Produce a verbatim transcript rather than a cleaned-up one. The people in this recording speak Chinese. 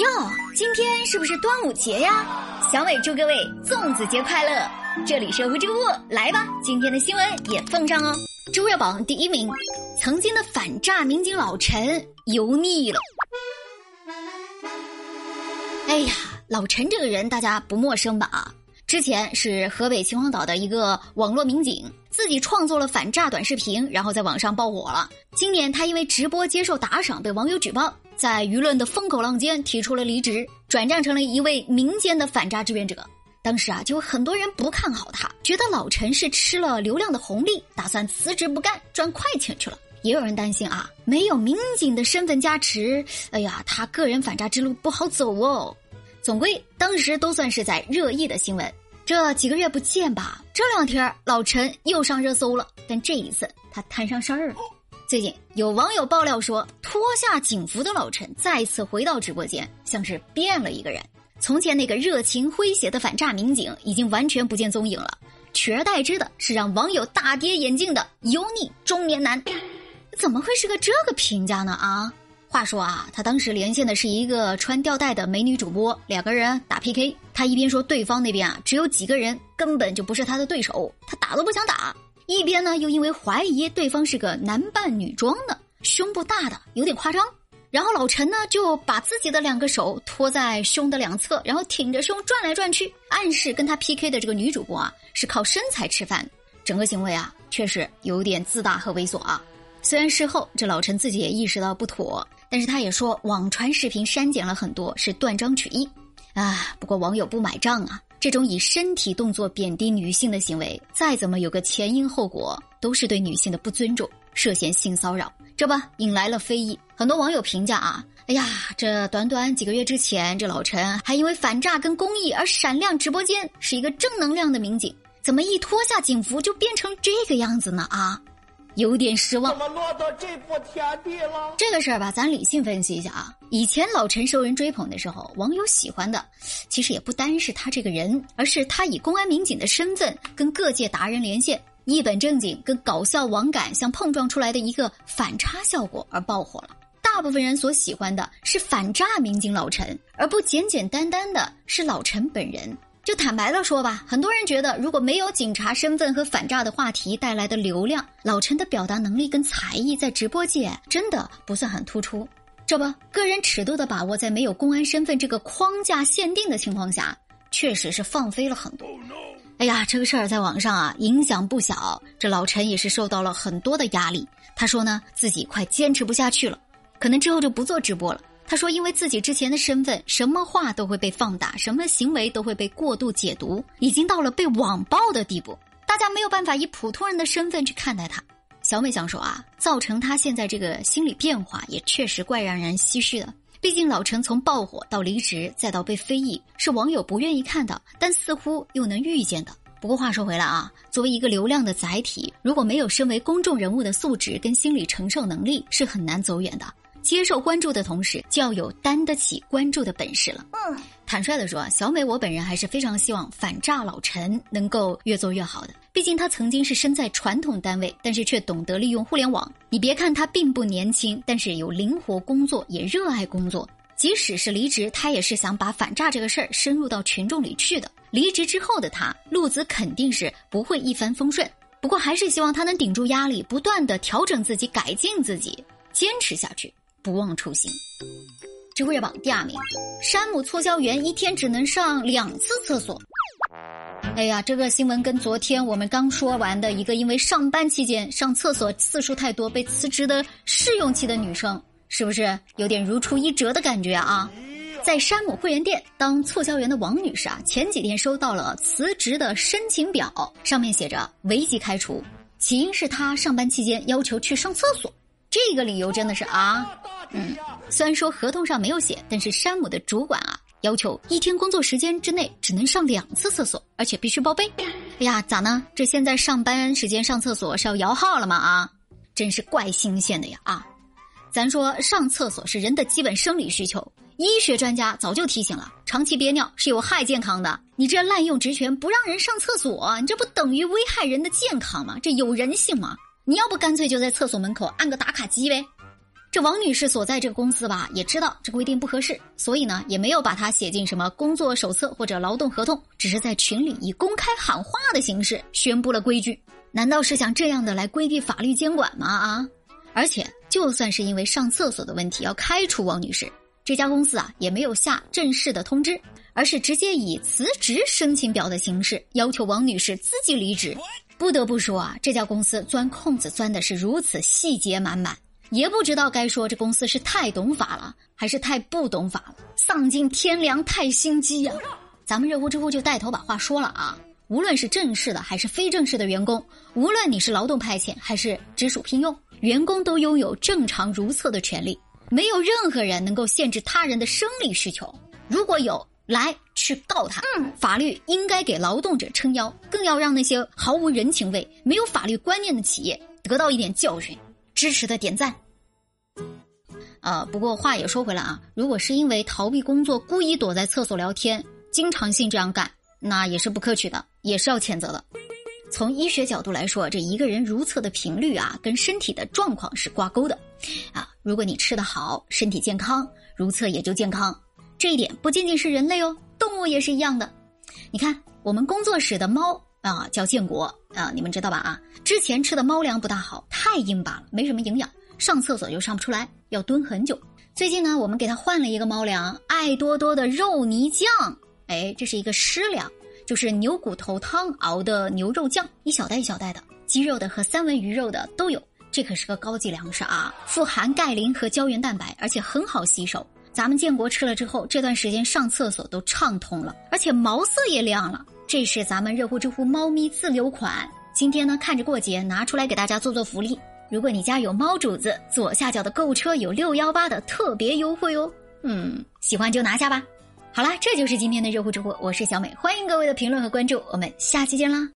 哟，今天是不是端午节呀？小美祝各位粽子节快乐！这里是无知物，来吧，今天的新闻也奉上哦。周热榜第一名，曾经的反诈民警老陈油腻了。哎呀，老陈这个人大家不陌生吧啊？之前是河北秦皇岛的一个网络民警，自己创作了反诈短视频，然后在网上爆火了。今年他因为直播接受打赏被网友举报，在舆论的风口浪尖提出了离职，转战成了一位民间的反诈志愿者。当时啊，就有很多人不看好他，觉得老陈是吃了流量的红利，打算辞职不干赚快钱去了。也有人担心啊，没有民警的身份加持，哎呀，他个人反诈之路不好走哦。总归当时都算是在热议的新闻。这几个月不见吧，这两天老陈又上热搜了，但这一次他摊上事儿了。最近有网友爆料说，脱下警服的老陈再次回到直播间，像是变了一个人。从前那个热情诙谐的反诈民警已经完全不见踪影了，取而代之的是让网友大跌眼镜的油腻中年男。怎么会是个这个评价呢啊？话说啊，他当时连线的是一个穿吊带的美女主播，两个人打 P K。他一边说对方那边啊只有几个人，根本就不是他的对手，他打都不想打；一边呢又因为怀疑对方是个男扮女装的，胸部大的有点夸张。然后老陈呢就把自己的两个手托在胸的两侧，然后挺着胸转来转去，暗示跟他 P K 的这个女主播啊是靠身材吃饭。整个行为啊确实有点自大和猥琐啊。虽然事后这老陈自己也意识到不妥，但是他也说网传视频删减了很多，是断章取义啊。不过网友不买账啊，这种以身体动作贬低女性的行为，再怎么有个前因后果，都是对女性的不尊重，涉嫌性骚扰，这不引来了非议。很多网友评价啊，哎呀，这短短几个月之前，这老陈还因为反诈跟公益而闪亮直播间，是一个正能量的民警，怎么一脱下警服就变成这个样子呢啊？有点失望。 怎么落到这步田地了？ 这个事儿吧，咱理性分析一下啊。以前老陈受人追捧的时候，网友喜欢的其实也不单是他这个人，而是他以公安民警的身份跟各界达人连线，一本正经跟搞笑网感相碰撞出来的一个反差效果而爆火了。大部分人所喜欢的是反诈民警老陈，而不简简单单的是老陈本人。就坦白了说吧，很多人觉得如果没有警察身份和反诈的话题带来的流量，老陈的表达能力跟才艺在直播界真的不算很突出。这不，个人尺度的把握在没有公安身份这个框架限定的情况下，确实是放飞了很多。哎呀，这个事儿在网上啊影响不小，这老陈也是受到了很多的压力。他说呢，自己快坚持不下去了，可能之后就不做直播了。他说因为自己之前的身份，什么话都会被放大，什么行为都会被过度解读，已经到了被网暴的地步，大家没有办法以普通人的身份去看待他。小美想说啊，造成他现在这个心理变化也确实怪让人唏嘘的。毕竟老陈从爆火到离职再到被非议，是网友不愿意看到，但似乎又能预见的。不过话说回来啊，作为一个流量的载体，如果没有身为公众人物的素质跟心理承受能力，是很难走远的。接受关注的同时，就要有担得起关注的本事了。嗯，坦率地说，小美我本人还是非常希望反诈老陈能够越做越好的。毕竟他曾经是身在传统单位，但是却懂得利用互联网。你别看他并不年轻，但是有灵活工作，也热爱工作。即使是离职，他也是想把反诈这个事儿深入到群众里去的。离职之后的他，路子肯定是不会一帆风顺。不过还是希望他能顶住压力，不断地调整自己，改进自己，坚持下去。不忘初心。知乎热榜第二名，山姆促销员一天只能上两次厕所。哎呀，这个新闻跟昨天我们刚说完的一个因为上班期间上厕所次数太多被辞职的试用期的女生，是不是有点如出一辙的感觉啊？在山姆会员店当促销员的王女士啊，前几天收到了辞职的申请表，上面写着违纪开除，起因是她上班期间要求去上厕所。这个理由真的是啊，嗯，虽然说合同上没有写，但是山姆的主管啊要求一天工作时间之内只能上两次厕所，而且必须报备。哎呀，咋呢？这现在上班时间上厕所是要摇号了吗？啊，真是怪新鲜的呀啊！咱说上厕所是人的基本生理需求，医学专家早就提醒了，长期憋尿是有害健康的。你这滥用职权不让人上厕所，你这不等于危害人的健康吗？这有人性吗？你要不干脆就在厕所门口按个打卡机呗。 这王女士所在这个公司吧，也知道这个规定不合适，所以呢，也没有把它写进什么工作手册或者劳动合同，只是在群里以公开喊话的形式宣布了规矩。难道是想这样的来规避法律监管吗？啊！而且就算是因为上厕所的问题要开除王女士，这家公司啊也没有下正式的通知，而是直接以辞职申请表的形式要求王女士自己离职。不得不说啊，这家公司钻空子钻的是如此细节满满，也不知道该说这公司是太懂法了，还是太不懂法了，丧尽天良，太心机啊！咱们热乎知乎就带头把话说了啊，无论是正式的还是非正式的员工，无论你是劳动派遣还是直属聘用，员工都拥有正常如厕的权利，没有任何人能够限制他人的生理需求。如果有，来去告他。嗯，法律应该给劳动者撑腰，更要让那些毫无人情味、没有法律观念的企业得到一点教训。支持的点赞。呃，不过话也说回来啊，如果是因为逃避工作故意躲在厕所聊天，经常性这样干，那也是不可取的，也是要谴责的。从医学角度来说，这一个人如厕的频率啊，跟身体的状况是挂钩的啊。如果你吃得好，身体健康，如厕也就健康。这一点不仅仅是人类哦，动物也是一样的。你看，我们工作室的猫啊，叫建国啊，你们知道吧啊？之前吃的猫粮不大好，太硬巴了，没什么营养，上厕所又上不出来，要蹲很久。最近呢，我们给它换了一个猫粮，爱多多的肉泥酱。哎，这是一个湿粮，就是牛骨头汤熬的牛肉酱，一小袋一小袋的，鸡肉的和三文鱼肉的都有。这可是个高级粮食啊，富含钙磷和胶原蛋白，而且很好吸收。咱们建国吃了之后，这段时间上厕所都畅通了，而且毛色也亮了。这是咱们热乎知乎猫咪自留款，今天呢看着过节拿出来给大家做做福利。如果你家有猫主子，左下角的购物车有六一八的特别优惠哦。嗯，喜欢就拿下吧。好啦，这就是今天的热乎知乎，我是小美，欢迎各位的评论和关注，我们下期见啦。